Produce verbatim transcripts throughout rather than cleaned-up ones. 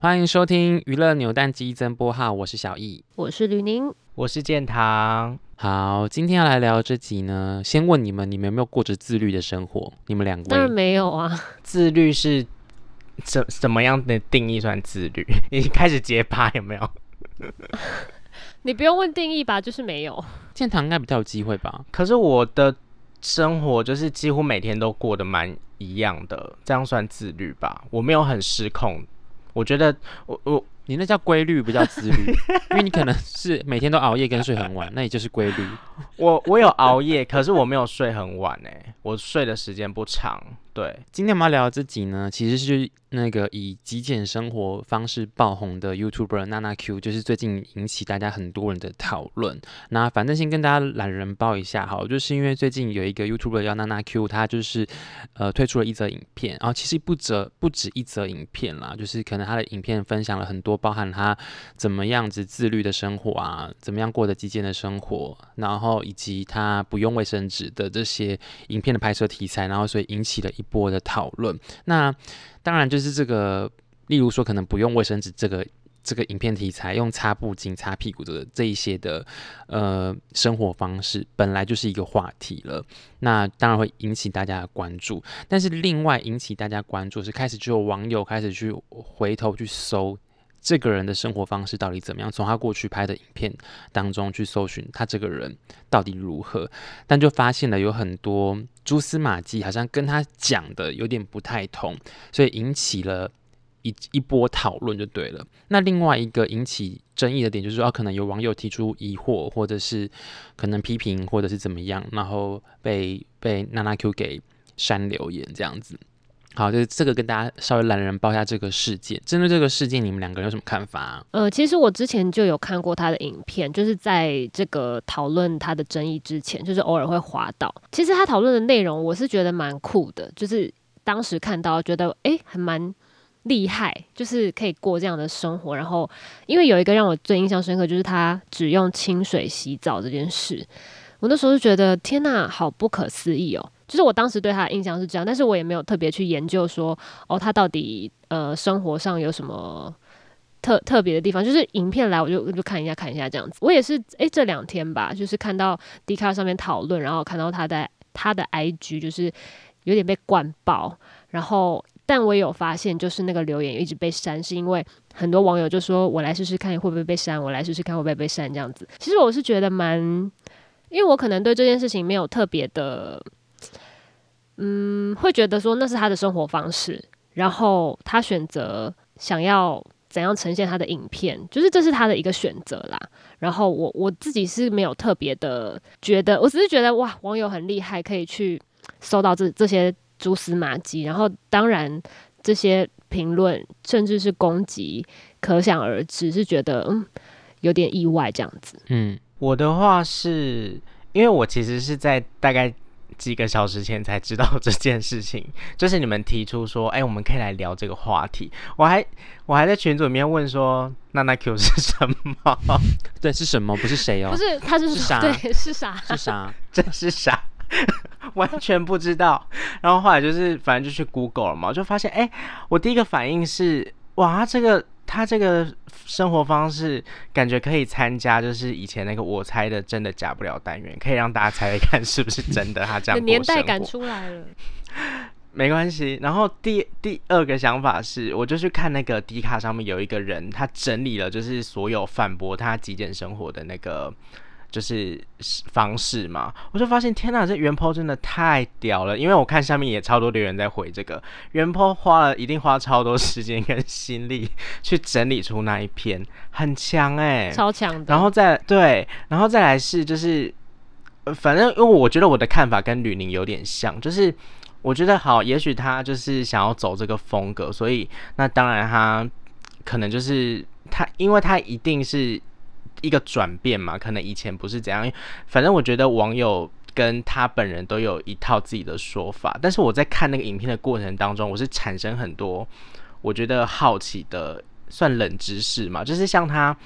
欢迎收听娱乐扭蛋机增播号，我是小易， 我是吕宁， 我是建堂。 好，今天要来聊这集呢，先问你们，你们有没有过着自律的生活？你们两位？ 当然没有啊。 自律是怎怎么样的定义算自律？你开始结巴有没有？ 你不用问定义吧，就是没有。 建堂应该比较有机会吧？ 可是我的生活就是几乎每天都过得蛮一样的，这样算自律吧？我没有很失控，我觉得我我你那叫规律，不叫自律，因为你可能是每天都熬夜跟睡很晚，那也就是规律。 我我有熬夜，可是我没有睡很晚哎，我睡的时间不长。对， 今天我们要聊的这集呢，其实是那个以极简生活方式爆红的 YouTuber 娜娜 Q， 就是最近引起大家很多人的讨论。那反正先跟大家懒人包一下好，就是因为最近有一个 YouTuber 叫娜娜 Q， 他就是呃推出了一则影片，然后其实不止不止一则影片啦，就是可能他的影片分享了很多，包含他怎么样子自律的生活啊，怎么样过得极简的生活，然后以及他不用卫生纸的这些影片的拍摄题材，然后所以引起了一波的讨论。那当然就是这个，例如说可能不用卫生纸这个这个影片题材，用擦布巾擦屁股的这一些的呃生活方式，本来就是一个话题了。那当然会引起大家的关注，但是另外引起大家关注是开始就有网友开始去回头去搜这个人的生活方式到底怎么样，从他过去拍的影片当中去搜寻他这个人到底如何，但就发现了有很多蛛丝马迹，好像跟他讲的有点不太同，所以引起了一一波讨论就对了。那另外一个引起争议的点就是说，啊，可能有网友提出疑惑，或者是可能批评，或者是怎么样，然后被被娜娜 Q 给删留言这样子。好，就是这个跟大家稍微懒人包一下这个事件。针对这个事件，你们两个人有什么看法啊？ 呃，其实我之前就有看过他的影片，就是在这个讨论他的争议之前，就是偶尔会滑到。其实他讨论的内容，我是觉得蛮酷的，就是当时看到觉得哎，还蛮厉害，就是可以过这样的生活。然后，因为有一个让我最印象深刻，就是他只用清水洗澡这件事，我那时候就觉得天哪，好不可思议哦。就是我当时对他的印象是这样，但是我也没有特别去研究说，哦，他到底呃生活上有什么特特别的地方。就是影片来我就就看一下看一下这样子。我也是哎这两天吧，就是看到 Dcard 上面讨论，然后看到他的他的 I G 就是有点被灌爆，然后但我也有发现，就是那个留言一直被删，是因为很多网友就说我来试试看会不会被删，我来试试看会不会被删这样子。其实我是觉得蛮，因为我可能对这件事情没有特别的。嗯，会觉得说那是他的生活方式，然后他选择想要怎样呈现他的影片，就是这是他的一个选择啦。然后我我自己是没有特别的觉得，我只是觉得哇，网友很厉害，可以去搜到这这些蛛丝马迹。然后当然这些评论甚至是攻击，可想而知，是觉得嗯有点意外这样子。 嗯，我的话是因为我其实是在大概几个小时前才知道这件事情，就是你们提出说，哎、欸，我们可以来聊这个话题。我还我还在群组里面问说，娜娜 Q 是什么？ 对，是什么？不是谁哦？ 不是，他是是啥？ 对，是啥？ 是啥？ 这是啥？完全不知道。然后后来就是反正就去 Google 了嘛，我就发现，哎、欸，我第一个反应是，哇，他这个。他这个生活方式感觉可以参加，就是以前那个我猜的真的假不了单元，可以让大家猜猜看是不是真的。他这样过年代感出来了， 没关系。然后第第二个想法是，我就去看那个 D 卡上面有一个人，他整理了就是所有反驳他极简生活的那个。就是方式嘛，我就发现天哪，这原 po 真的太屌了！因为我看下面也超多留言在回这个原 po， 花了一定花超多时间跟心力去整理出那一篇，很强哎、欸， 超强的。 然后再对，然后再来是就是，呃，反正因为我觉得我的看法跟吕宁有点像，就是我觉得好，也许他就是想要走这个风格，所以那当然他可能就是他，因为他一定是。一个转变嘛，可能以前不是怎样，反正我觉得网友跟他本人都有一套自己的说法，但是我在看那个影片的过程当中，我是产生很多我觉得好奇的，算冷知识嘛，就是像他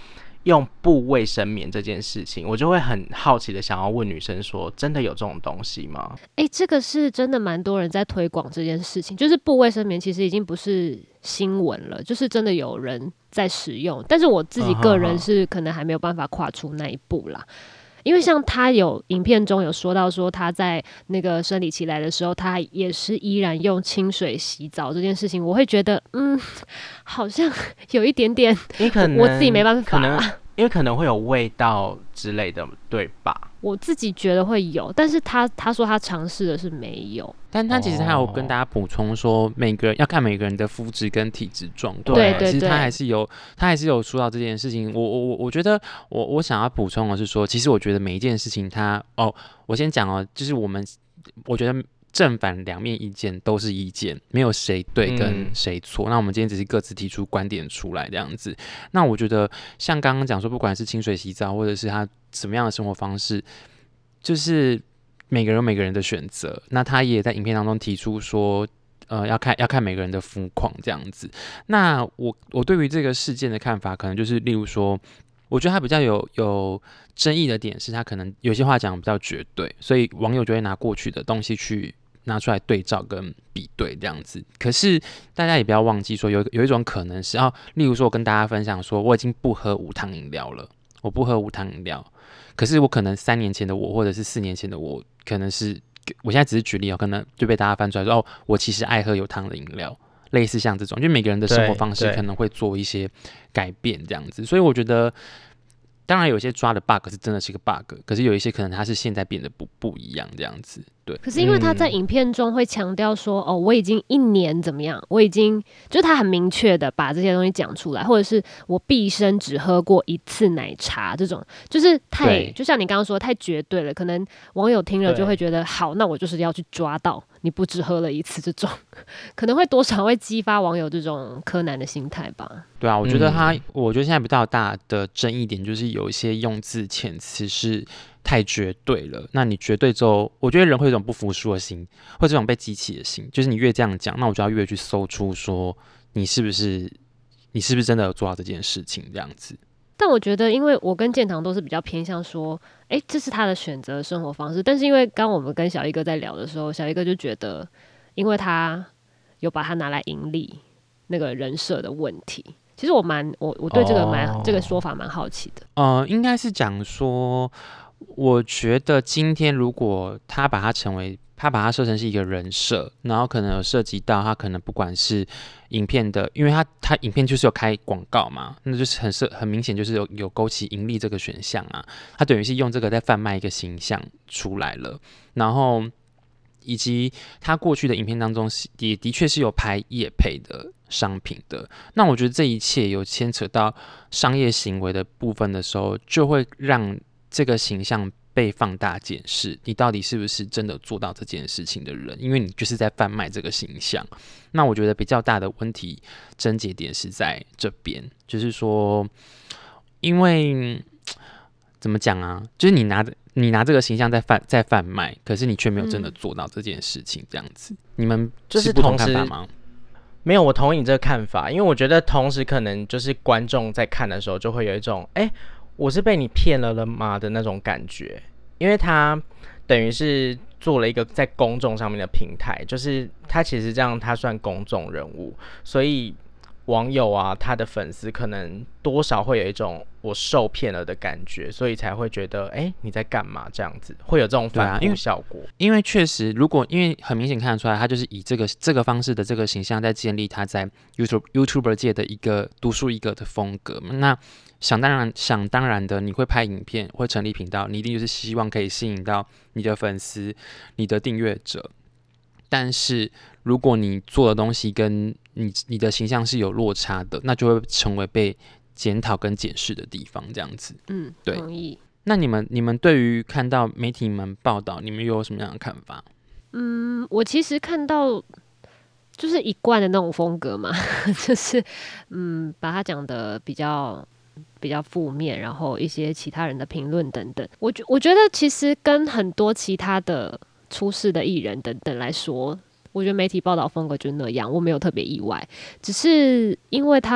用布卫生棉这件事情，我就会很好奇的想要问女生说，真的有这种东西吗？ 哎、欸，这个是真的蛮多人在推广这件事情，就是布卫生棉其实已经不是新闻了，就是真的有人在使用，但是我自己个人是可能还没有办法跨出那一步啦。因为像他有影片中有说到说他在那个生理期来的时候，他也是依然用清水洗澡这件事情，我会觉得嗯，好像有一点点，我自己没办法啦， 因为可能会有味道之类的，对吧？ 我自己觉得会有，但是他他说他尝试的是没有， 但他其实他有跟大家补充说，每个人要看每个人的肤质跟体质状况。 对对对， 其实他还是有他还是有说到这件事情。我我我我觉得我我想要补充的是说，其实我觉得每一件事情它哦，我先讲哦，就是我们我觉得正反两面意见都是意见，没有谁对跟谁错、嗯。那我们今天只是各自提出观点出来这样子。那我觉得像刚刚讲说，不管是清水洗澡，或者是他什么样的生活方式，就是每个人有每个人的选择。那他也在影片当中提出说，呃，要看要看每个人的肤况这样子。那我我对于这个事件的看法，可能就是例如说，我觉得他比较有有争议的点是，他可能有些话讲比较绝对，所以网友就会拿过去的东西去拿出来对照跟比对这样子。可是大家也不要忘记说有，有一种可能是，哦，例如说我跟大家分享说，我已经不喝无糖饮料了，我不喝无糖饮料，可是我可能三年前的我，或者是四年前的我，可能是我现在只是举例哦，可能就被大家翻出来说，哦，我其实爱喝有糖的饮料，类似像这种，就每个人的生活方式可能会做一些改变这样子。所以我觉得，当然有些抓的 bug 是真的是个 bug， 可是有一些可能它是现在变得不不一样这样子。对， 可是因为他在影片中会强调说、嗯，哦，我已经一年怎么样，我已经就是他很明确的把这些东西讲出来，或者是我毕生只喝过一次奶茶，这种就是太，就像你刚刚说太绝对了，可能网友听了就会觉得，好，那我就是要去抓到你不只喝了一次，这种可能会多少会激发网友这种柯南的心态吧。 对啊，我觉得他、嗯，我觉得现在比较大的争议点就是有一些用字遣词是太绝对了。那你绝对之后，我觉得人会有一种不服输的心，或者这种被激起的心，就是你越这样讲，那我就要越去搜出说你是不是你是不是真的有做到这件事情这样子。 但我觉得，因为我跟建堂都是比较偏向说，哎、欸，这是他的选择生活方式。但是因为刚我们跟小一哥在聊的时候，小一哥就觉得，因为他有把它拿来盈利那个人设的问题。其实我蛮我我对这个蛮、oh. 这个说法蛮好奇的。 呃，应该是讲说，我觉得今天如果他把它成为他把它设成是一个人设，然后可能有涉及到他可能不管是影片的，因为他他影片就是有开广告嘛，那就是很设很明显就是有有勾起盈利这个选项啊，他等于是用这个在贩卖一个形象出来了，然后以及他过去的影片当中也的确是有拍业配的商品的，那我觉得这一切有牵扯到商业行为的部分的时候，就会让这个形象被放大检视，你到底是不是真的做到这件事情的人，因为你就是在贩卖这个形象。那我觉得比较大的问题症结点是在这边，就是说因为怎么讲啊，就是你拿你拿这个形象在贩在贩卖，可是你却没有真的做到这件事情，这样子、嗯、你们是不同看法吗？ 没有，我同意你这个看法，因为我觉得同时可能就是观众在看的时候就会有一种哎、欸我是被你骗了了吗的那种感觉，因为他等于是做了一个在公众上面的平台，就是他其实这样他算公众人物，所以网友啊他的粉丝可能多少会有一种我受骗了的感觉，所以才会觉得哎、欸、你在干嘛这样子，会有这种反扑效果。 啊、因为确实如果因为很明显看得出来他就是以这个这个方式的这个形象在建立他在 YouTube YouTuber 界的一个独树一格的风格，那想当然想当然的你会拍影片会成立频道，你一定就是希望可以吸引到你的粉丝你的订阅者，但是如果你做的东西跟你你的形象是有落差的，那就会成为被检讨跟检视的地方这样子。 嗯， 对， 同意。 那你们你们对于看到媒体们报道，你们又有什么样的看法？ 嗯，我其实看到就是一贯的那种风格嘛，就是嗯，把它讲的比较比较负面，然后一些其他人的评论等等，我觉我觉得其实跟很多其他的出事的艺人等等来说，我觉得媒体报道风格就是那样，我没有特别意外，只是因为他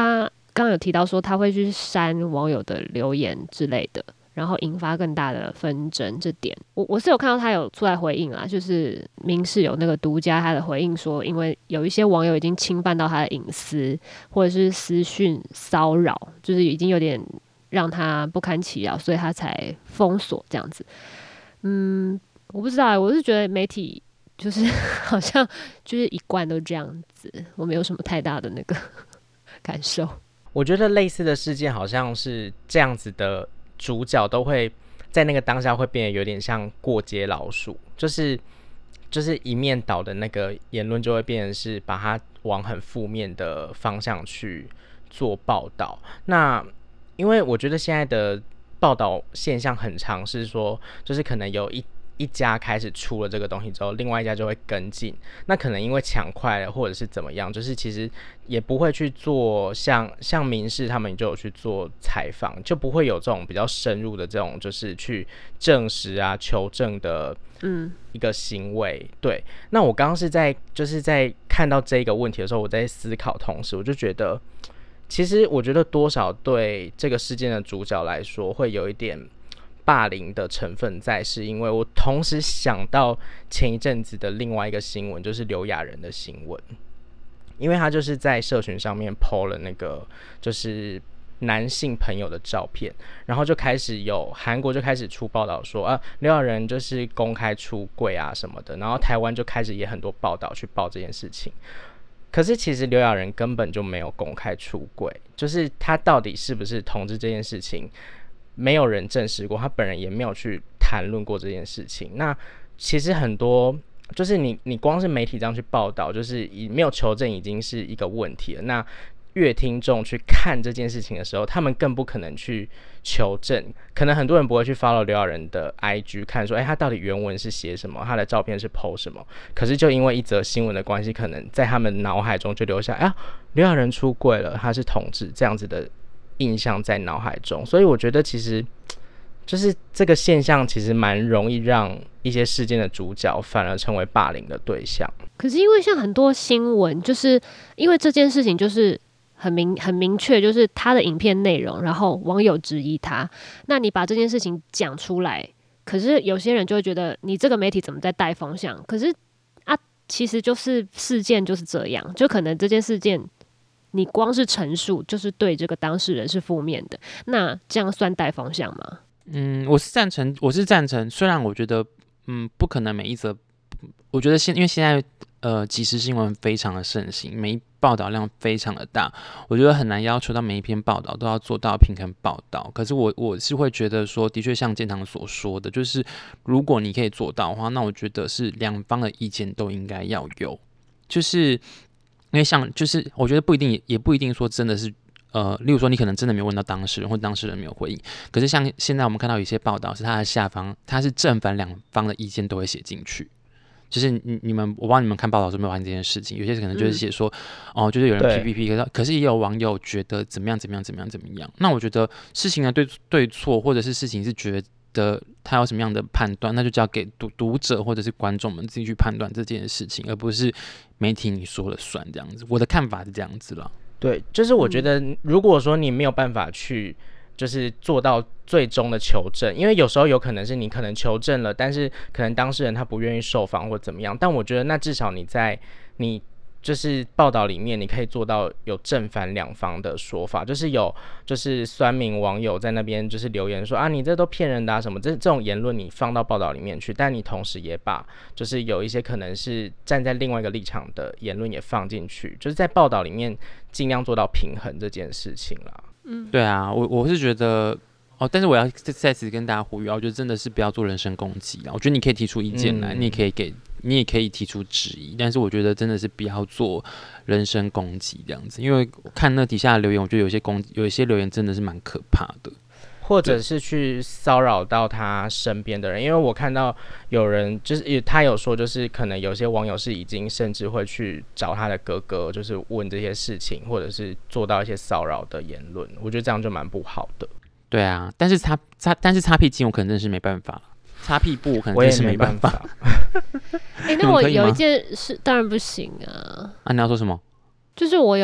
刚刚有提到说他会去删网友的留言之类的，然后引发更大的纷争，这点我我是有看到他有出来回应啦，就是民视有那个独家他的回应说，因为有一些网友已经侵犯到他的隐私，或者是私讯骚扰，就是已经有点让他不堪其扰，所以他才封锁这样子。嗯，我不知道、欸，我是觉得媒体就是好像就是一贯都这样子，我没有什么太大的那个感受。 我觉得类似的事件好像是这样子的，主角都会在那个当下会变得有点像过街老鼠，就是就是一面倒的那个言论就会变成是把它往很负面的方向去做报道。那因为我觉得现在的报道现象很常是说，就是可能有一一家开始出了这个东西之后，另外一家就会跟进。那可能因为抢快了，或者是怎么样，就是其实也不会去做像像民视他们就有去做采访，就不会有这种比较深入的这种就是去证实啊、求证的一个行为。嗯、对。那我刚刚是在就是在看到这个问题的时候，我在思考，同时我就觉得，其实我觉得多少对这个事件的主角来说，会有一点霸凌的成分在，是因为我同时想到前一阵子的另外一个新闻，就是刘亚仁的新闻，因为他就是在社群上面 po 了那个就是男性朋友的照片，然后就开始有韩国就开始出报道说啊，刘亚仁就是公开出柜啊什么的，然后台湾就开始也很多报道去报这件事情。可是其实刘亚仁根本就没有公开出柜，就是他到底是不是同志这件事情，没有人证实过，他本人也没有去谈论过这件事情。那其实很多就是你你光是媒体这样去报道，就是没有求证已经是一个问题了。那乐听众去看这件事情的时候，他们更不可能去求证。可能很多人不会去 follow 刘亚仁的 I G 看说，哎、欸，他到底原文是写什么，他的照片是 po 什么。可是就因为一则新闻的关系，可能在他们脑海中就留下，哎、啊，刘亚仁出柜了，他是同志这样子的印象在脑海中。所以我觉得其实就是这个现象其实蛮容易让一些事件的主角反而成为霸凌的对象。 可是因为像很多新闻，就是因为这件事情就是很明很明确，就是他的影片内容，然后网友质疑他，那你把这件事情讲出来，可是有些人就会觉得你这个媒体怎么在带风向？可是啊，其实就是事件就是这样，就可能这件事件你光是陈述就是对这个当事人是负面的，那这样算带风向吗？ 嗯，我是赞成，我是赞成。虽然我觉得，嗯，不可能每一则，我觉得现因为现在呃即时新闻非常的盛行，每一报道量非常的大，我觉得很难要求到每一篇报道都要做到平衡报道。可是我我是会觉得说，的确像建堂所说的，就是如果你可以做到的话，那我觉得是两方的意见都应该要有，就是因为像就是我觉得不一定也不一定说真的是。呃，例如说，你可能真的没有问到当事人，或当事人没有回应。可是像现在我们看到有些报道，是他的下方，他是正反两方的意见都会写进去。就是你你们，我不知道你们看报道是没有发现这件事情。有些可能就是写说，嗯、哦，就是有人 P P P， 可是可是也有网友觉得怎么样怎么样怎么样怎么样。那我觉得事情的对对错，或者是事情是觉得他有什么样的判断，那就交给读读者或者是观众们自己去判断这件事情，而不是媒体你说了算这样子。我的看法是这样子啦。 对，就是我觉得，如果说你没有办法去，就是做到最终的求证，因为有时候有可能是你可能求证了，但是可能当事人他不愿意受访或怎么样，但我觉得那至少你在你就是报道里面，你可以做到有正反两方的说法，就是有就是酸民网友在那边就是留言说啊，你这都骗人的啊什么，这这种言论你放到报道里面去，但你同时也把就是有一些可能是站在另外一个立场的言论也放进去，就是在报道里面尽量做到平衡这件事情啦。 嗯，对啊，我我是觉得。哦，但是我要再次跟大家呼吁啊，我觉得真的是不要做人身攻击啊。我觉得你可以提出意见来，嗯、你也可以给，你也可以提出质疑，但是我觉得真的是不要做人身攻击这样子，因为看那底下的留言，我觉得有些攻，有一些留言真的是蛮可怕的， 或者是去骚扰到他身边的人，因为我看到有人就是他有说，就是可能有些网友是已经甚至会去找他的哥哥，就是问这些事情，或者是做到一些骚扰的言论，我觉得这样就蛮不好的。 对啊，但是擦擦，但是擦屁巾我可能真的是没办法，擦屁股我可能真的是没办法。 哎、欸，那我有一件事当然不行啊。 啊，你要说什么？ 就是我有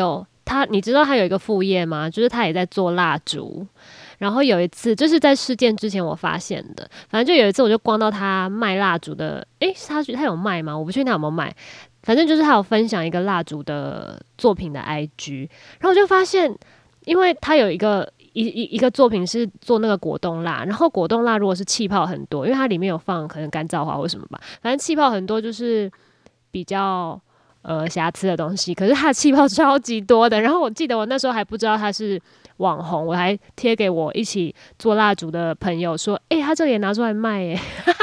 他，你知道他有一个副业吗？就是他也在做蜡烛。然后有一次，就是在事件之前我发现的，反正就有一次我就逛到他卖蜡烛的，诶，他他有卖吗？我不确定他有没有卖，反正就是他有分享一个蜡烛的作品的 I G， 然后我就发现，因为他有一个一一一个作品是做那个果冻蜡，然后果冻蜡如果是气泡很多，因为它里面有放可能干燥花或什么吧，反正气泡很多就是比较呃瑕疵的东西，可是它的气泡超级多的。然后我记得我那时候还不知道他是网红，我还贴给我一起做蜡烛的朋友说：“哎、欸，他这个也拿出来卖耶！”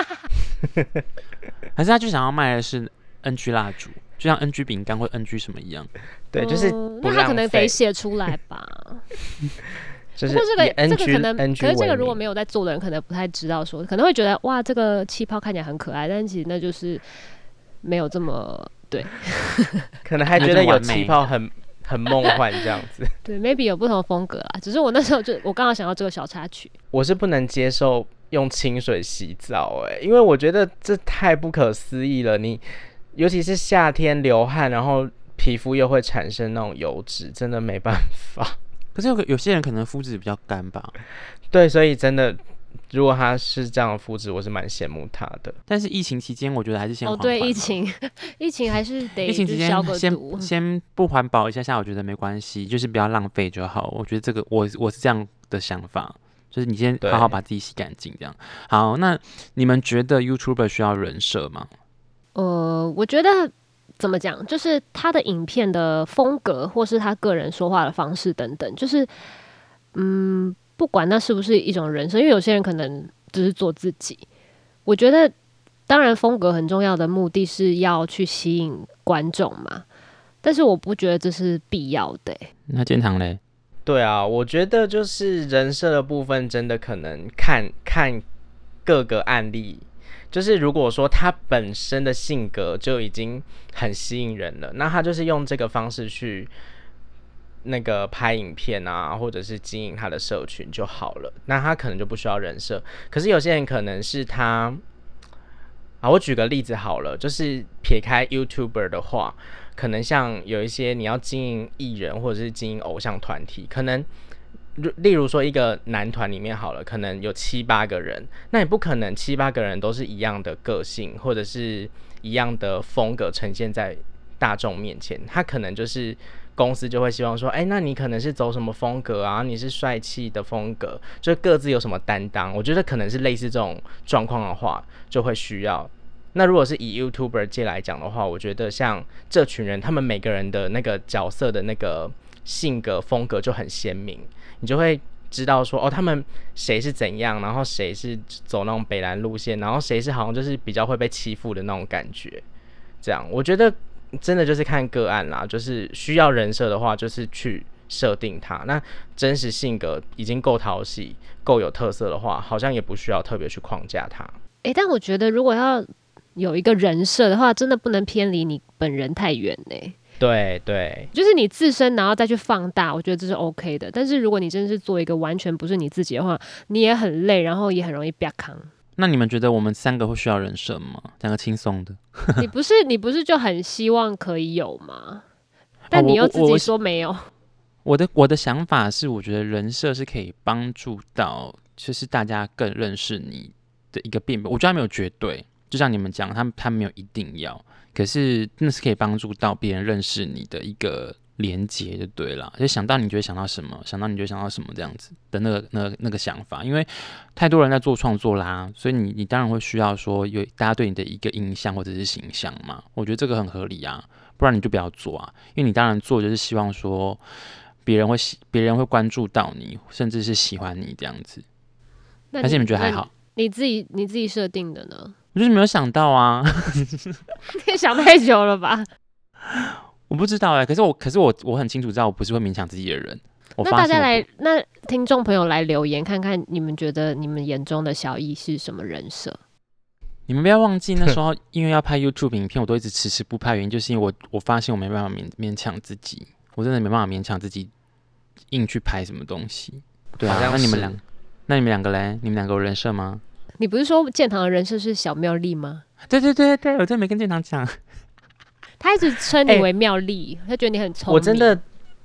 还是他就想要卖的是 N G 蜡烛，就像 N G 饼干或 N G 什么一样？ 对，就是不嗯、那他可能得写出来吧。 就是不过这个 N G, 这个可能， N G 可是这个如果没有在做的人，可能不太知道说，可能会觉得哇，这个气泡看起来很可爱，但其实那就是没有这么对， 可能还觉得有气泡很很梦幻这样子。 对 ，maybe 有不同的风格啦。只是我那时候就我刚好想到这个小插曲， 我是不能接受用清水洗澡哎、欸，因为我觉得这太不可思议了。你尤其是夏天流汗，然后皮肤又会产生那种油脂，真的没办法。 可是有有些人可能肤质比较干吧？ 对，所以真的，如果他是这样的肤质，我是蛮羡慕他的。 但是疫情期间，我觉得还是先缓哦， 缓。 对，疫情，疫情还是得疫情期间先先不环保一下下，我觉得没关系，就是不要浪费就好。我觉得这个我我是这样的想法，就是你先好好把自己洗干净，这样。好，那你们觉得 YouTuber 需要人设吗？ 呃，我觉得。怎么讲？就是他的影片的风格，或是他个人说话的方式等等，就是嗯，不管那是不是一种人设，因为有些人可能只是做自己。我觉得，当然风格很重要的目的是要去吸引观众嘛，但是我不觉得这是必要的、欸。 那建堂嘞？ 对啊，我觉得就是人设的部分，真的可能看看各个案例。就是如果说他本身的性格就已经很吸引人了，那他就是用这个方式去那个拍影片啊，或者是经营他的社群就好了，那他可能就不需要人设。可是有些人可能是他啊，我举个例子好了，就是撇开 YouTuber 的话，可能像有一些你要经营艺人或者是经营偶像团体，可能例如说一个男团里面好了，可能有七八个人，那你不可能七八个人都是一样的个性或者是一样的风格呈现在大众面前，他可能就是公司就会希望说，哎、欸，那你可能是走什么风格啊？你是帅气的风格，就各自有什么担当？我觉得可能是类似这种状况的话，就会需要。那如果是以 YouTuber 界来讲的话，我觉得像这群人，他们每个人的那个角色的那个性格风格就很鲜明。你就会知道说，哦，他们谁是怎样，然后谁是走那种北蓝路线，然后谁是好像就是比较会被欺负的那种感觉。这样，我觉得真的就是看个案啦，就是需要人设的话，就是去设定它。那真实性格已经够讨喜、够有特色的话，好像也不需要特别去框架它。 哎、欸，但我觉得如果要有一个人设的话，真的不能偏离你本人太远呢、欸。 对对， 就是你自身然后再去放大，我觉得这是 OK 的。但是如果你真的是做一个完全不是你自己的话，你也很累，然后也很容易被扛。 那你们觉得我们三个会需要人设吗？讲个轻松的。 你不是你不是就很希望可以有吗？但你又自己说没有。 哦、我, 我, 我的我的想法是，我觉得人设是可以帮助到，就是大家更认识你的一个辨别。我觉得他没有绝对，就像你们讲，他他没有一定要。可是那是可以帮助到别人认识你的一个连结就对了，就想到你就会想到什么，想到你就会想到什么这样子的那个、那个、那个想法。因为太多人在做创作啦，所以你你当然会需要说有大家对你的一个印象或者是形象嘛。我觉得这个很合理啊，不然你就不要做啊。因为你当然做就是希望说别人会别人会关注到你，甚至是喜欢你这样子。但是你们觉得还好？ 你自己你自己设定的呢？ 我就是没有想到啊， 你想太久了吧？ 我不知道哎、欸，可是我可是我我很清楚知道我不是会勉强自己的人。 那大家来，那听众朋友来留言看看，你们觉得你们眼中的小易是什么人设？ 你们不要忘记那时候，因为要拍 YouTube 影片，我都一直迟迟不拍，原因就是因为我我发现我没办法勉勉强自己，我真的没办法勉强自己硬去拍什么东西。对啊，那你们两，那你们两个嘞？你们两个有人设吗？ 你不是说建堂的人设是小妙丽吗？ 对对对对，我真的没跟建堂讲。 他一直称你为妙丽，欸、他觉得你很聪明。 我真的，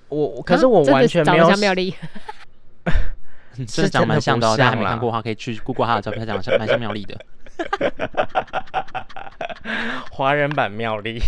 我可是我完全没有、 啊、真的长得像妙丽。 真的长蛮像的哦，大家还没看过的话，可以去 Google 他的照片，他长得蛮像妙丽的。 华人版妙丽。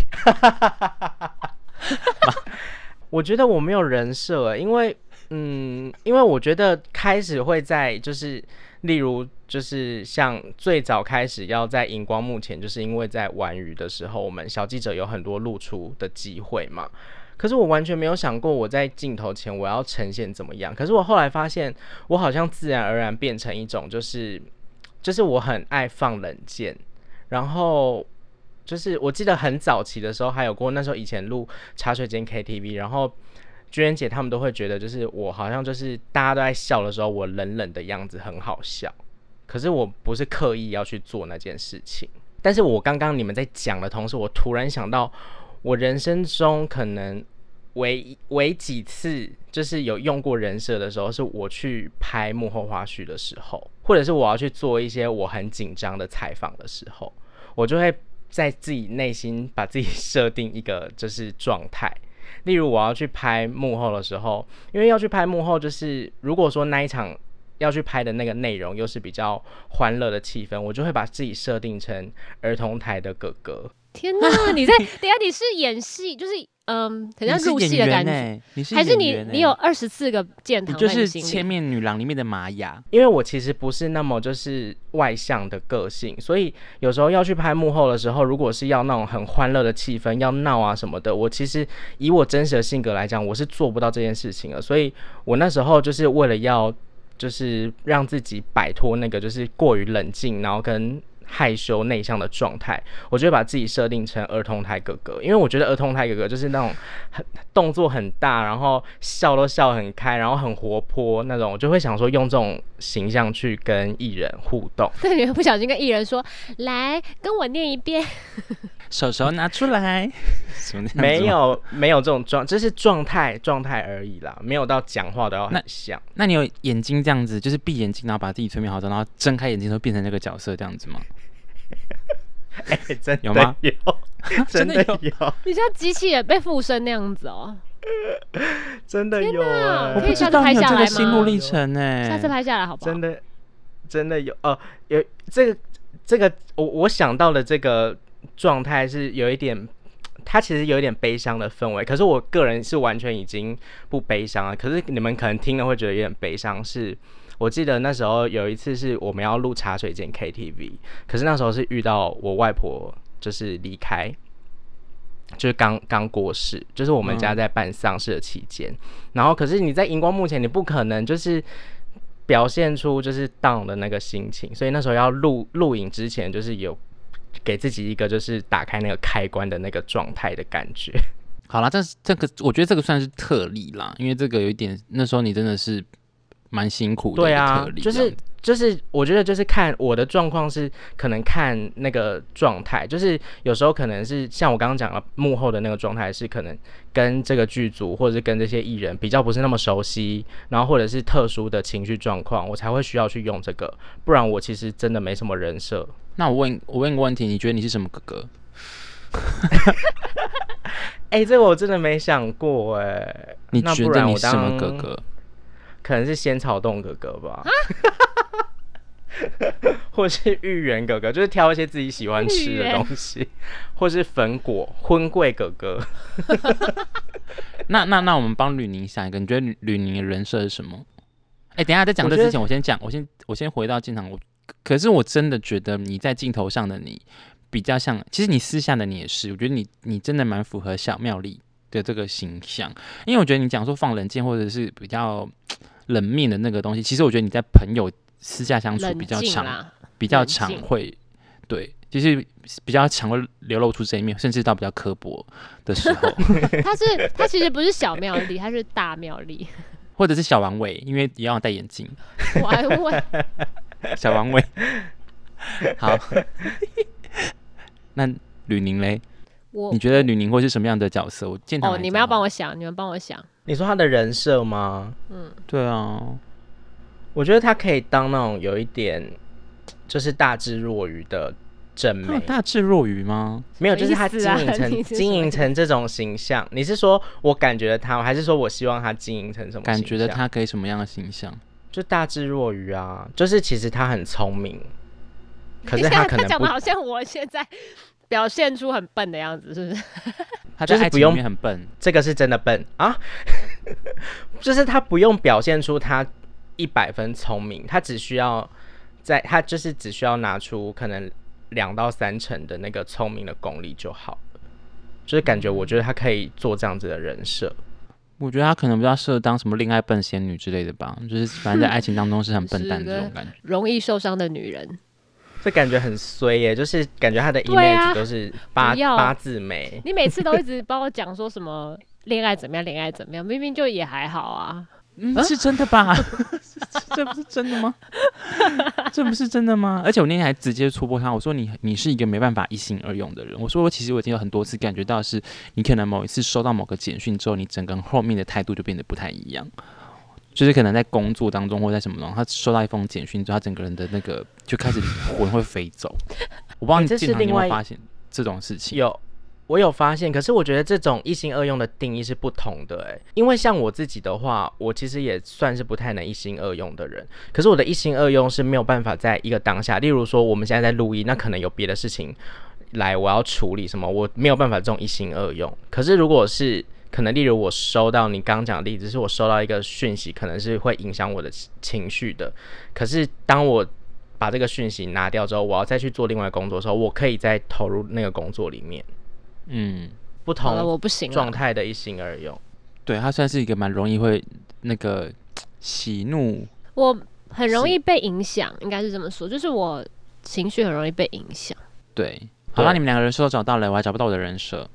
我觉得我没有人设，因为嗯，因为我觉得开始会在就是例如就是像最早开始要在荧光幕前，就是因为在玩鱼的时候，我们小记者有很多露出的机会嘛。可是我完全没有想过我在镜头前我要呈现怎么样。可是我后来发现，我好像自然而然变成一种就是就是我很爱放冷箭，然后就是我记得很早期的时候还有过，那时候以前录茶水间 K T V， 然后娟娟姐他们都会觉得就是我好像就是大家都在笑的时候，我冷冷的样子很好笑。可是我不是刻意要去做那件事情。但是我刚刚你们在讲的同时，我突然想到，我人生中可能唯唯几次就是有用过人设的时候，是我去拍幕后花絮的时候，或者是我要去做一些我很紧张的采访的时候，我就会在自己内心把自己设定一个就是状态。例如我要去拍幕后的时候，因为要去拍幕后，就是如果说那一场要去拍的那个内容又是比较欢乐的气氛，我就会把自己设定成儿童台的哥哥。 天哪，你在等一下你是演戏，就是嗯，很像入戏的感觉， 欸、你是还是你你有二十四个箭堂在你心里？ 你就是千面女郎里面的玛雅。 因为我其实不是那么就是外向的个性，所以有时候要去拍幕后的时候，如果是要那种很欢乐的气氛，要闹啊什么的，我其实以我真实的性格来讲，我是做不到这件事情的。所以我那时候就是为了要就是让自己摆脱那个就是过于冷静，然后跟害羞内向的状态，我就会把自己设定成儿童台哥哥。因为我觉得儿童台哥哥就是那种很动作很大，然后笑都笑很开，然后很活泼那种，我就会想说用这种形象去跟艺人互动。 对，你会不小心跟艺人说，来跟我念一遍， 手手拿出来。 没有没有这种状，这是状态状态而已啦，没有到讲话都要很像。 那, 那你有眼睛这样子，就是闭眼睛，然后把自己催眠好，然后睁开眼睛，都变成那个角色这样子吗？ 哎、欸，真的有吗？ 有，真的有。 你像机器人被附身那样子哦。 真的有哎、 欸！ 可以下次拍下来吗？ 我不知道你有这个心路历程哎、欸， 下次拍下来好不好？ 真的真的有哦，有这个这个我我想到的这个状态是有一点，它其实有一点悲伤的氛围，可是我个人是完全已经不悲伤了。可是你们可能听了会觉得有点悲伤，是我记得那时候有一次是我们要录茶水间 K T V， 可是那时候是遇到我外婆就是离开。就是刚刚过世，就是我们家在办丧事的期间、嗯，然后可是你在荧光幕前，你不可能就是表现出就是 down 的那个心情，所以那时候要录录影之前，就是有给自己一个就是打开那个开关的那个状态的感觉。 好啦，但是这个我觉得这个算是特例啦，因为这个有一点那时候你真的是蛮辛苦的一个特例， 对啊，就是就是我觉得就是看我的状况是可能看那个状态，就是有时候可能是像我刚刚讲的幕后的那个状态是可能跟这个剧组或者是跟这些艺人比较不是那么熟悉，然后或者是特殊的情绪状况，我才会需要去用这个，不然我其实真的没什么人设。 那我问我问个问题，你觉得你是什么哥哥？ 哎、欸，这个我真的没想过哎、欸。 你觉得你是什么哥哥？ 可能是仙草冻哥哥吧。或是芋圆哥哥，就是挑一些自己喜欢吃的东西，或是粉果荤桂哥哥。 那那那我们帮吕宁想一个，你觉得吕宁的人设是什么？哎、欸，等一下在讲这之前，我先讲，我先我先回到镜头。我可是我真的觉得你在镜头上的你比较像，其实你私下的你也是，我觉得你你真的蛮符合小妙丽的这个形象，因为我觉得你讲说放冷箭或者是比较冷面的那个东西，其实我觉得你在朋友私下相处比较常，比较常会对，就是比较常会流露出这一面，甚至到比较刻薄的时候。 他是他其实不是小妙丽，他是大妙丽，或者是小王伟，因为一样戴眼镜。 我还问小王伟。好，那吕宁嘞？你觉得吕宁会是什么样的角色？我见他哦，你们要帮我想，你们帮我想。 你说他的人设吗？ 嗯， 对啊， 我觉得他可以当那种有一点就是大智若愚的正妹， 大智若愚吗？ 没有，就是他经营成、 啊、 经营成这种形象。你是说我感觉他，还是说我希望他经营成什么形象？ 感觉得他可以什么样的形象？ 就大智若愚啊，就是其实他很聪明，可是他可能不他讲的好像我现在表现出很笨的样子，是不是？ 他在爱情里面很笨， 这个是真的笨啊，就是他不用表现出他一百分聪明，他只需要在他就是只需要拿出可能两到三成的那个聪明的功力就好了，就是感觉我觉得他可以做这样子的人设。 我觉得他可能比较适合当什么恋爱笨仙女之类的吧，就是反正在爱情当中是很笨蛋这种感觉， 容易受伤的女人。 这感觉很衰耶，就是感觉他的 image 都是八、啊、八字眉。 你每次都一直帮我讲说什么恋爱怎么样，恋爱怎么样，明明就也还好啊。 嗯，是真的吧？这不是真的吗？这不是真的吗？而且我那天还直接戳破他，我说你你是一个没办法一心二用的人。我说其实我已经有很多次感觉到是，你可能某一次收到某个简讯之后，你整个后面的态度就变得不太一样。就是可能在工作当中或在什么东西，他收到一封简讯之后，他整个人的那个就开始魂会飞走。我不知道你经常有没有发现这种事情？ 有，我有发现。可是我觉得这种一心二用的定义是不同的哎，因为像我自己的话，我其实也算是不太能一心二用的人。可是我的一心二用是没有办法在一个当下，例如说我们现在在录音，那可能有别的事情来我要处理什么，我没有办法这种一心二用。可是如果是可能例如我收到你刚刚讲的例子，是我收到一个讯息，可能是会影响我的情绪的。可是当我把这个讯息拿掉之后，我要再去做另外的工作的时候，我可以再投入那个工作里面。嗯，不同状态的一心二用。 对，他算是一个蛮容易会那个喜怒， 我很容易被影响，应该是这么说，就是我情绪很容易被影响。 对，好了，你们两个人设都找到了，我还找不到我的人设。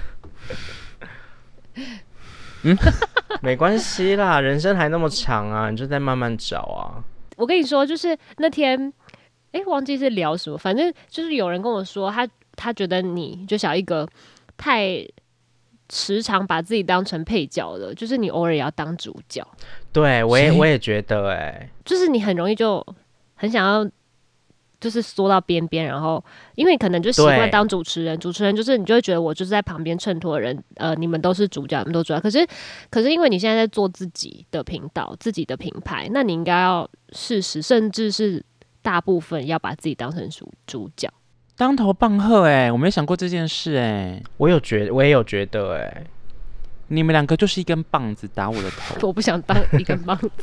嗯，没关系啦，人生还那么长啊，你就再慢慢找啊。 我跟你说，就是那天，哎，忘记是聊什么，反正就是有人跟我说，他他觉得你就小一个太时常把自己当成配角了，就是你偶尔也要当主角。 对，我也我也觉得、欸，哎， 就是你很容易就很想要。就是缩到边边，然后因为可能就习惯当主持人，主持人就是你就会觉得我就是在旁边衬托人，呃，你们都是主角，你们都主角。可是，可是因为你现在在做自己的频道、自己的品牌，那你应该要适时，甚至是大部分要把自己当成主主角。 当头棒喝哎、欸，我没想过这件事哎、欸， 我有觉，我也有觉得哎、欸， 你们两个就是一根棒子打我的头， 我不想当一根棒子。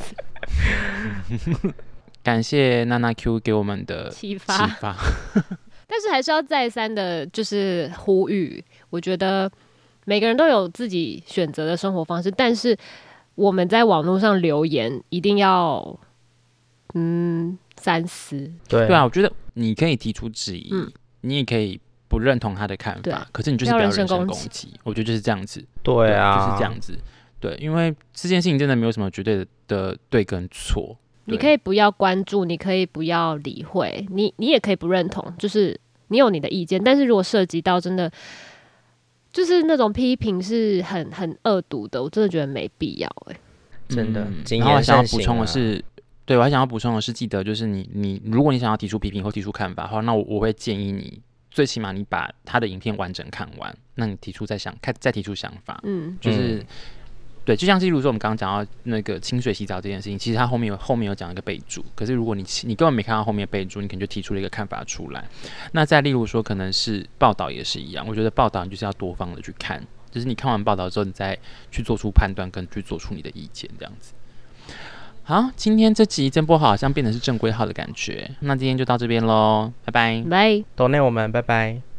感谢娜娜 Q 给我们的启发，但是还是要再三的，就是呼吁。我觉得每个人都有自己选择的生活方式，但是我们在网络上留言一定要嗯三思。 对对啊，我觉得你可以提出质疑，嗯、你也可以不认同他的看法，可是你就是不要人身攻击。我觉得就是这样子。 对啊， 就是这样子。对，因为这件事情真的没有什么绝对的对跟错。 你可以不要关注，你可以不要理会，你你也可以不认同，就是你有你的意见。但是如果涉及到真的就是那种批评是很很恶毒的，我真的觉得没必要哎、 欸，真的。 嗯、然后我想要补充的是，对我还想要补充的是，记得就是你你如果你想要提出批评或提出看法的话，那我我会建议你最起码你把他的影片完整看完，那你提出再想再提出想法，嗯，就是。嗯对，就像是例如说我们刚刚讲到那个清水洗澡这件事情，其实它后面有后面有讲一个备注，可是如果你你根本没看到后面的备注，你可能就提出了一个看法出来。那再例如说可能是报道也是一样，我觉得报道你就是要多方的去看，就是你看完报道之后，你再去做出判断跟去做出你的意见这样子。好，今天这集真播好像变成是正规号的感觉，那今天就到这边咯，拜拜， 拜， 抖内我们拜拜。